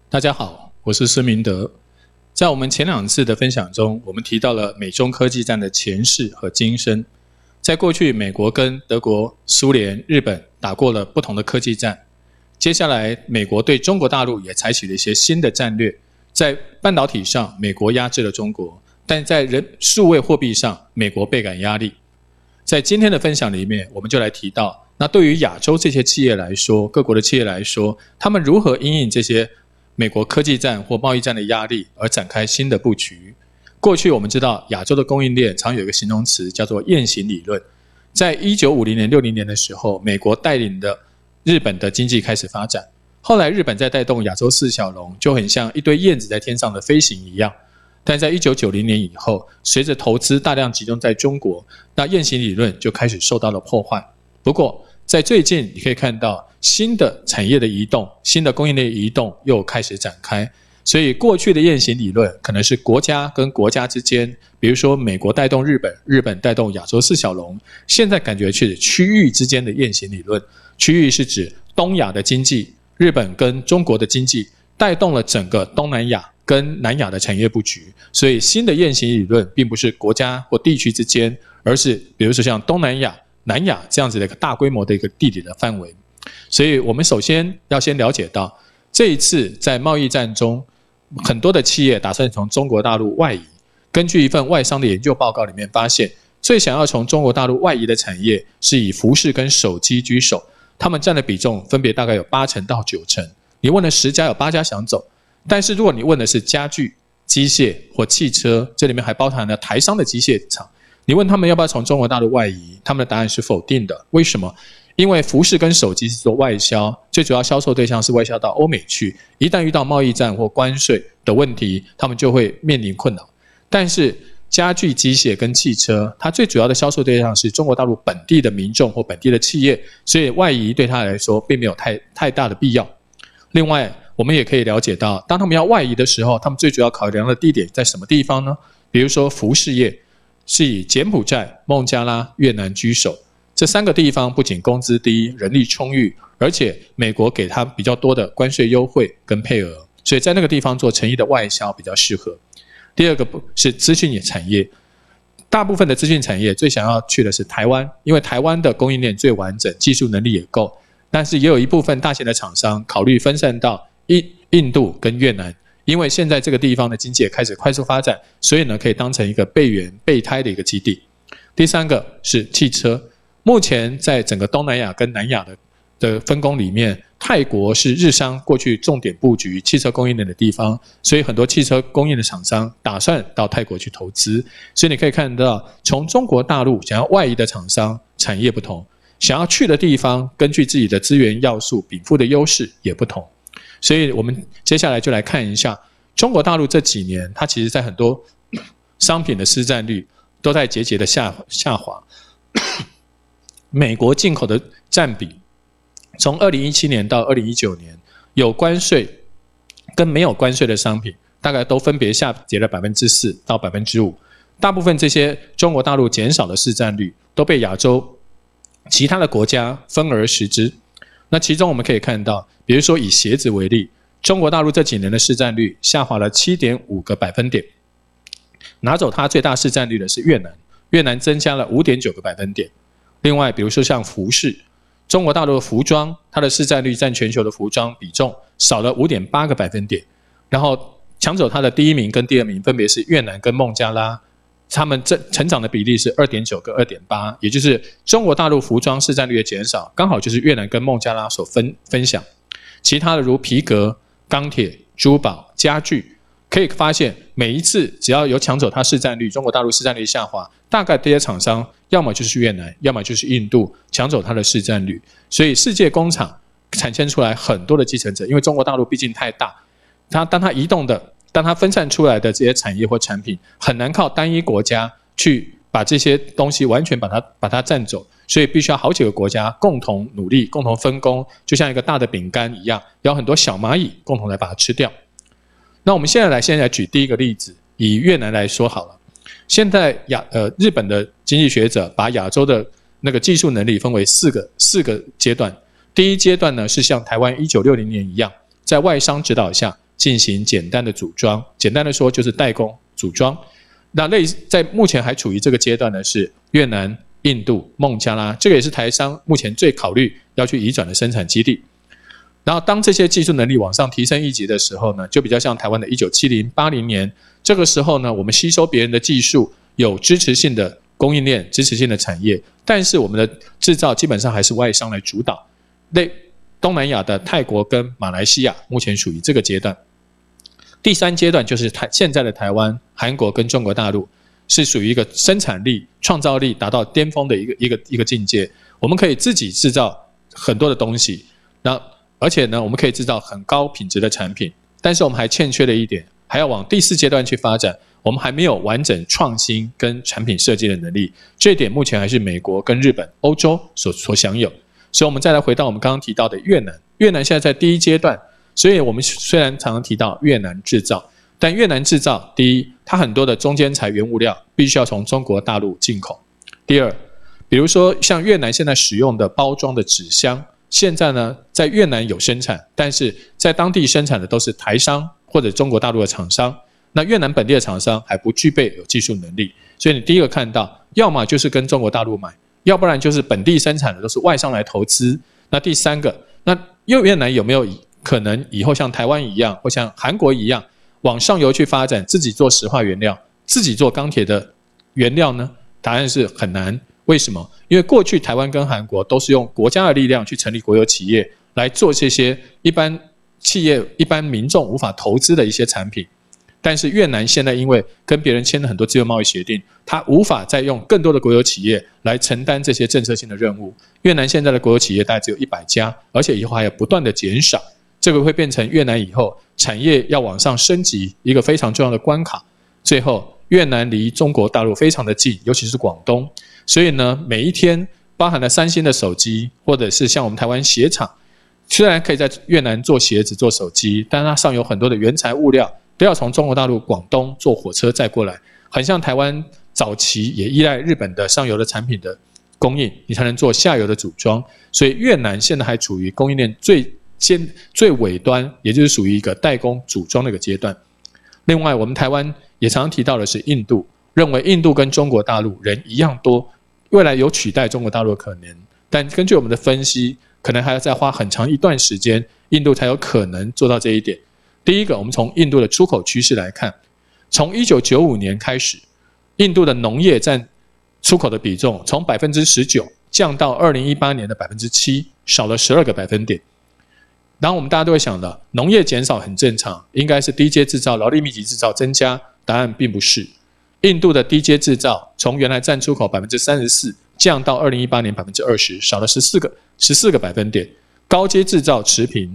大家好，我是施明德。在我们前两次的分享中，我们提到了美中科技战的前世和今生。在过去，美国跟德国、苏联、日本打过了不同的科技战。接下来，美国对中国大陆也采取了一些新的战略。在半导体上，美国压制了中国，但在数位货币上，美国倍感压力。在今天的分享里面，我们就来提到，那对于亚洲这些企业来说，各国的企业来说，他们如何因应这些美国科技战或贸易战的压力而展开新的布局。过去我们知道亚洲的供应链常有一个形容词叫做雁行理论。在1950年、60年的时候，美国带领的日本的经济开始发展，后来日本在带动亚洲四小龙，就很像一堆燕子在天上的飞行一样。但在1990年以后，随着投资大量集中在中国，那雁行理论就开始受到了破坏。不过在最近你可以看到新的产业的移动，新的供应链移动又开始展开。所以过去的雁行理论可能是国家跟国家之间，比如说美国带动日本，日本带动亚洲四小龙，现在感觉是区域之间的雁行理论。区域是指东亚的经济，日本跟中国的经济带动了整个东南亚跟南亚的产业布局。所以新的雁行理论并不是国家或地区之间，而是比如说像东南亚、南亚这样子的一个大规模的一个地理的范围。所以我们首先要先了解到，这一次在贸易战中，很多的企业打算从中国大陆外移。根据一份外商的研究报告里面发现，最想要从中国大陆外移的产业是以服饰跟手机居首，他们占的比重分别大概有8%到9%。你问了10家，有8家想走。但是如果你问的是家具、机械或汽车，这里面还包含了台商的机械厂，你问他们要不要从中国大陆外移，他们的答案是否定的。为什么？因为服饰跟手机是做外销，最主要销售对象是外销到欧美去，一旦遇到贸易战或关税的问题，他们就会面临困扰。但是家具、机械跟汽车，它最主要的销售对象是中国大陆本地的民众或本地的企业，所以外移对他来说并没有太大的必要。另外，我们也可以了解到，当他们要外移的时候，他们最主要考量的地点在什么地方呢？比如说服饰业是以柬埔寨、孟加拉、越南居首。这3个地方不仅工资低、人力充裕，而且美国给他比较多的关税优惠跟配额，所以在那个地方做诚意的外销比较适合。第二个是资讯产业，大部分的资讯产业最想要去的是台湾，因为台湾的供应链最完整，技术能力也够。但是也有一部分大型的厂商考虑分散到印度跟越南，因为现在这个地方的经济也开始快速发展，所以呢可以当成一个备胎的一个基地。第3个是汽车。目前在整个东南亚跟南亚的分工里面，泰国是日商过去重点布局汽车供应链的地方，所以很多汽车供应的厂商打算到泰国去投资。所以你可以看到，从中国大陆想要外移的厂商产业不同，想要去的地方根据自己的资源要素禀赋的优势也不同。所以我们接下来就来看一下中国大陆这几年，它其实在很多商品的市占率都在节节的下滑。美国进口的占比，从2017年到2019年，有关税跟没有关税的商品，大概都分别下跌了4%到5%。大部分这些中国大陆减少的市占率，都被亚洲其他的国家分而食之。那其中我们可以看到，比如说以鞋子为例，中国大陆这几年的市占率下滑了7.5个百分点，拿走它最大市占率的是越南，越南增加了5.9个百分点。另外比如说像服饰，中国大陆的服装，它的市占率占全球的服装比重少了5.8个百分点，然后抢走它的第1名跟第2名分别是越南跟孟加拉，他们成长的比例是 2.9 跟 2.8， 也就是中国大陆服装市占率的减少，刚好就是越南跟孟加拉所分享。其他的如皮革、钢铁、珠宝、家具，可以发现每一次只要有抢走它市占率，中国大陆市占率下滑，大概这些厂商要么就是越南，要么就是印度抢走它的市占率。所以世界工厂产生出来很多的继承者，因为中国大陆毕竟太大，当它移动的，当它分散出来的这些产业或产品，很难靠单一国家去把这些东西完全把它占走，所以必须要好几个国家共同努力，共同分工，就像一个大的饼干一样，要很多小蚂蚁共同来把它吃掉。那我们现在来举第一个例子，以越南来说好了。现在日本的经济学者把亚洲的那个技术能力分为四个阶段。第一阶段呢，是像台湾1960年一样，在外商指导下进行简单的组装，简单的说就是代工组装。那在目前还处于这个阶段的是越南、印度、孟加拉，这个也是台商目前最考虑要去移转的生产基地。然后当这些技术能力往上提升一级的时候呢，就比较像台湾的1970、80年，这个时候呢，我们吸收别人的技术，有支持性的供应链、支持性的产业，但是我们的制造基本上还是外商来主导。东南亚的泰国跟马来西亚目前属于这个阶段。第三阶段就是现在的台湾、韩国跟中国大陆，是属于一个生产力、创造力达到巅峰的一个境界。我们可以自己制造很多的东西，而且呢，我们可以制造很高品质的产品，但是我们还欠缺了一点，还要往第四阶段去发展。我们还没有完整创新跟产品设计的能力，这一点目前还是美国跟日本、欧洲所享有。所以我们再来回到我们刚刚提到的越南，越南现在在第一阶段，所以我们虽然常常提到越南制造，但越南制造，第一，它很多的中间材原物料必须要从中国大陆进口；第二，比如说像越南现在使用的包装的纸箱，现在呢在越南有生产，但是在当地生产的都是台商或者中国大陆的厂商，那越南本地的厂商还不具备有技术能力，所以你第一个看到，要么就是跟中国大陆买，要不然就是本地生产的都是外商来投资。那第三个，那越南有没有可能以后像台湾一样，或像韩国一样，往上游去发展，自己做石化原料，自己做钢铁的原料呢？答案是很难。为什么？因为过去台湾跟韩国都是用国家的力量去成立国有企业，来做这些一般企业、一般民众无法投资的一些产品。但是越南现在因为跟别人签了很多自由贸易协定，它无法再用更多的国有企业来承担这些政策性的任务。越南现在的国有企业大概只有100家，而且以后还有不断的减少，这个会变成越南以后产业要往上升级一个非常重要的关卡。最后，越南离中国大陆非常的近，尤其是广东，所以呢，每一天包含了三星的手机，或者是像我们台湾鞋厂，虽然可以在越南做鞋子、做手机，但它上有很多的原材物料都要从中国大陆广东坐火车载过来，很像台湾早期也依赖日本的上游的产品的供应，你才能做下游的组装。所以越南现在还处于供应链最尾端，也就是属于一个代工组装的一个阶段。另外，我们台湾也常常提到的是印度，认为印度跟中国大陆人一样多，未来有取代中国大陆的可能，但根据我们的分析，可能还要再花很长一段时间，印度才有可能做到这一点。第一个，我们从印度的出口趋势来看，从1995年开始，印度的农业占出口的比重从 19% 降到2018年的 7%， 少了12个百分点。然后我们大家都会想到，农业减少很正常，应该是低阶制造、劳力密集制造增加，答案并不是。印度的低阶制造从原来占出口 34%， 降到2018年 20%， 少了14个百分点。高阶制造持平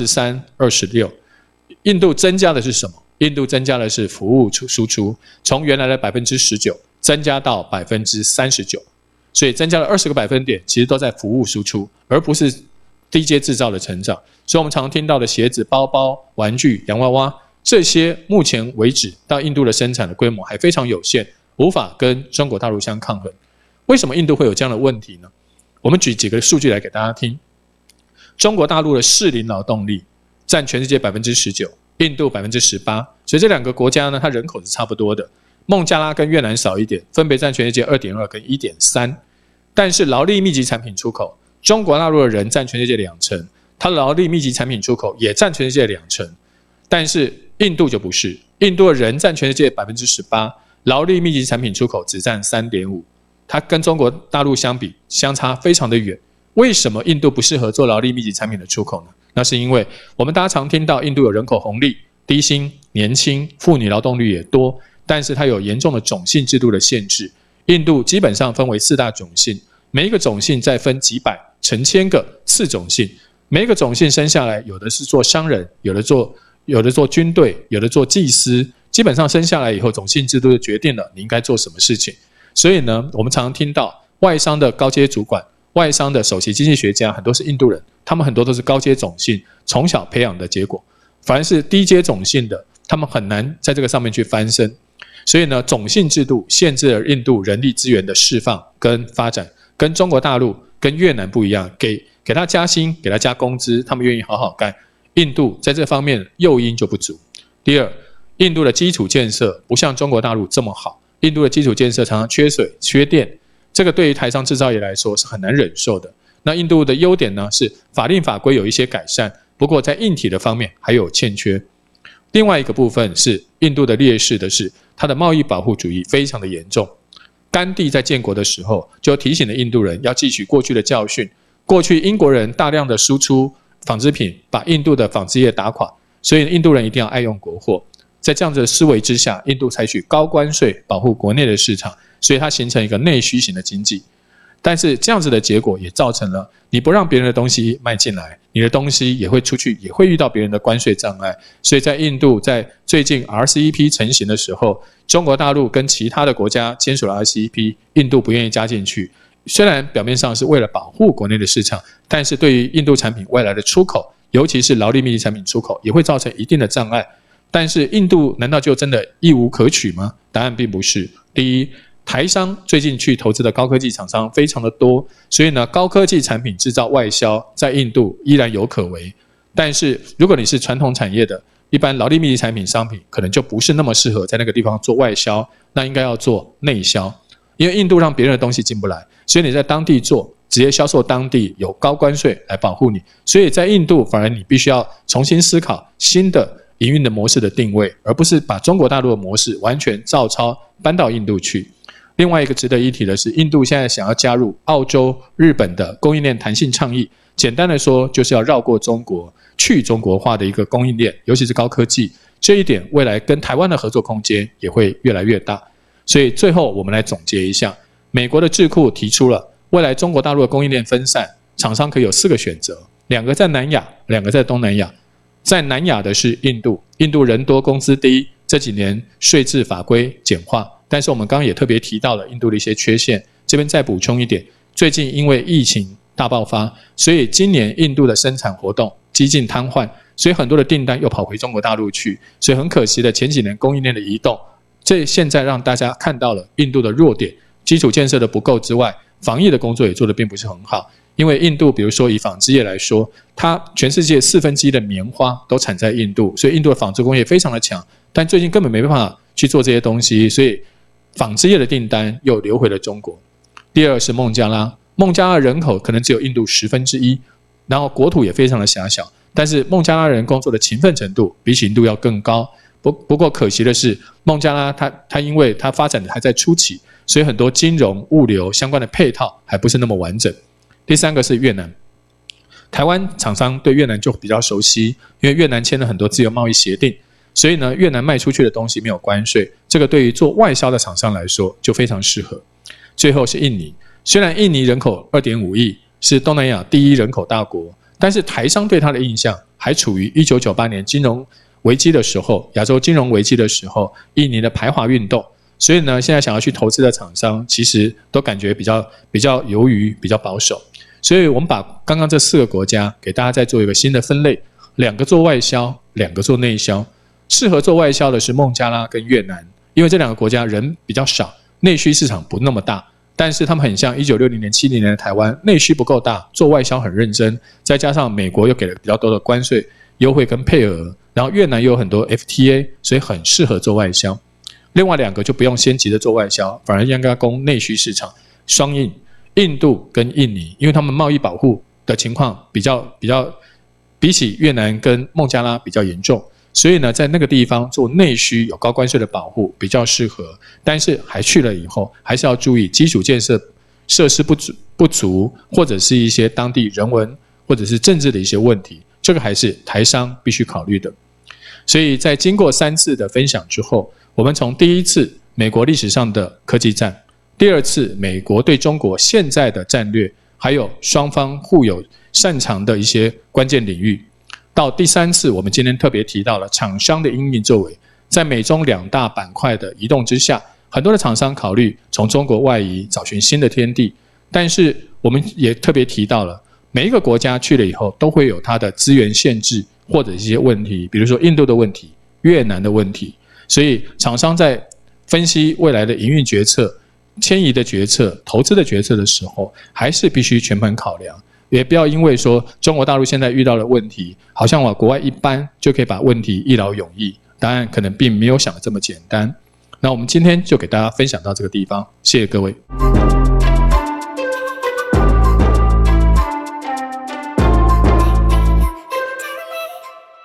23、26。印度增加的是什么？印度增加的是服务输出，从原来的 19% 增加到 39%， 所以增加了20个百分点，其实都在服务输出，而不是低阶制造的成长。所以我们常听到的鞋子、包包、玩具、洋娃娃，这些目前为止到印度的生产的规模还非常有限，无法跟中国大陆相抗衡。为什么印度会有这样的问题呢？我们举几个数据来给大家听。中国大陆的适龄劳动力占全世界 19%， 印度 18%， 所以这两个国家呢，它人口是差不多的。孟加拉跟越南少一点，分别占全世界 2.2 跟 1.3。但是劳力密集产品出口，中国大陆的人占全世界2%，它劳力密集产品出口也占全世界2%。但是印度就不是，印度的人占全世界 18%， 劳力密集产品出口只占 3.5%， 它跟中国大陆相比相差非常的远。为什么印度不适合做劳力密集产品的出口呢？那是因为我们大家常听到印度有人口红利、低薪、年轻、妇女劳动力也多，但是它有严重的种姓制度的限制。印度基本上分为4大种姓，每一个种姓再分几百、成千个次种姓，每一个种姓生下来，有的是做商人，有的做军队，有的做祭司，基本上生下来以后，种姓制度就决定了你应该做什么事情。所以呢，我们常常听到外商的高阶主管、外商的首席经济学家很多是印度人，他们很多都是高阶种姓从小培养的结果。凡是低阶种姓的，他们很难在这个上面去翻身。所以呢，种姓制度限制了印度人力资源的释放跟发展，跟中国大陆、跟越南不一样，给他加薪，给他加工资，他们愿意好好干。 印度在这方面诱因就不足。第二，印度的基础建设不像中国大陆这么好，印度的基础建设常常缺水、缺电，这个对于台商制造业来说是很难忍受的。那印度的优点呢，是法令法规有一些改善，不过在硬体的方面还有欠缺。另外一个部分是印度的劣势的是，它的贸易保护主义非常的严重。甘地在建国的时候就提醒了印度人要汲取过去的教训，过去英国人大量的输出纺织品，把印度的纺织业打垮，所以印度人一定要爱用国货。在这样子的思维之下，印度采取高关税保护国内的市场，所以它形成一个内需型的经济。但是这样子的结果也造成了你不让别人的东西卖进来，你的东西也会出去，也会遇到别人的关税障碍。所以在印度在最近 RCEP 成型的时候，中国大陆跟其他的国家签署了 RCEP， 印度不愿意加进去。虽然表面上是为了保护国内的市场，但是对于印度产品未来的出口，尤其是劳力密集产品出口，也会造成一定的障碍。但是印度难道就真的一无可取吗？答案并不是。第一，台商最近去投资的高科技厂商非常的多，所以呢，高科技产品制造外销在印度依然有可为。但是如果你是传统产业的，一般劳力密集产品商品可能就不是那么适合在那个地方做外销，那应该要做内销。因为印度让别人的东西进不来，所以你在当地做，直接销售当地，有高关税来保护你。所以在印度反而你必须要重新思考新的营运的模式的定位，而不是把中国大陆的模式完全照抄搬到印度去。另外一个值得一提的是，印度现在想要加入澳洲、日本的供应链弹性倡议，简单的说就是要绕过中国，去中国化的一个供应链，尤其是高科技。这一点未来跟台湾的合作空间也会越来越大。所以最后我们来总结一下，美国的智库提出了未来中国大陆的供应链分散，厂商可以有4个选择，2个在南亚，2个在东南亚。在南亚的是印度，印度人多工资低，这几年税制法规简化，但是我们刚刚也特别提到了印度的一些缺陷，这边再补充一点，最近因为疫情大爆发，所以今年印度的生产活动几近瘫痪，所以很多的订单又跑回中国大陆去，所以很可惜的前几年供应链的移动，这现在让大家看到了印度的弱点，基础建设的不够之外，防疫的工作也做得并不是很好。因为印度比如说以纺织业来说，它全世界1/4的棉花都产在印度，所以印度的纺织工业非常的强，但最近根本没办法去做这些东西，所以纺织业的订单又流回了中国。第二是孟加拉，孟加拉人口可能只有印度1/10，然后国土也非常的狭小，但是孟加拉人工作的勤奋程度比起印度要更高。不过可惜的是，孟加拉它因为它发展的还在初期，所以很多金融、物流相关的配套还不是那么完整。第3个是越南，台湾厂商对越南就比较熟悉，因为越南签了很多自由贸易协定，所以呢，越南卖出去的东西没有关税，这个对于做外销的厂商来说就非常适合。最后是印尼，虽然印尼人口2.5亿，是东南亚第1人口大国，但是台商对它的印象还处于1998年金融危机的时候，亚洲金融危机的时候，印尼的排华运动。所以呢，现在想要去投资的厂商，其实都感觉比较犹豫，比较保守。所以我们把刚刚这4个国家给大家再做一个新的分类，2个做外销，2个做内销。适合做外销的是孟加拉跟越南，因为这2个国家人比较少，内需市场不那么大，但是他们很像1960年、70年的台湾，内需不够大，做外销很认真，再加上美国又给了比较多的关税优惠跟配额，然后越南又有很多 FTA， 所以很适合做外销。另外2个就不用先急着做外销，反而应该攻内需市场。双印，印度跟印尼，因为他们贸易保护的情况比起越南跟孟加拉比较严重，所以呢，在那个地方做内需有高关税的保护比较适合。但是还去了以后，还是要注意基础建设设施不足，或者是一些当地人文或者是政治的一些问题，这个还是台商必须考虑的。所以在经过3次的分享之后，我们从第1次美国历史上的科技战，第2次美国对中国现在的战略，还有双方互有擅长的一些关键领域，到第3次我们今天特别提到了厂商的因应作为，在美中2大板块的移动之下，很多的厂商考虑从中国外移，找寻新的天地。但是我们也特别提到了，每一个国家去了以后，都会有它的资源限制或者一些问题，比如说印度的问题、越南的问题。所以厂商在分析未来的营运决策、迁移的决策、投资的决策的时候，还是必须全盘考量。 也不要因为说中国大陆现在遇到的问题，好像往国外一搬就可以把问题一劳永逸，答案可能并没有想的这么简单。那我们今天就给大家分享到这个地方，谢谢各位。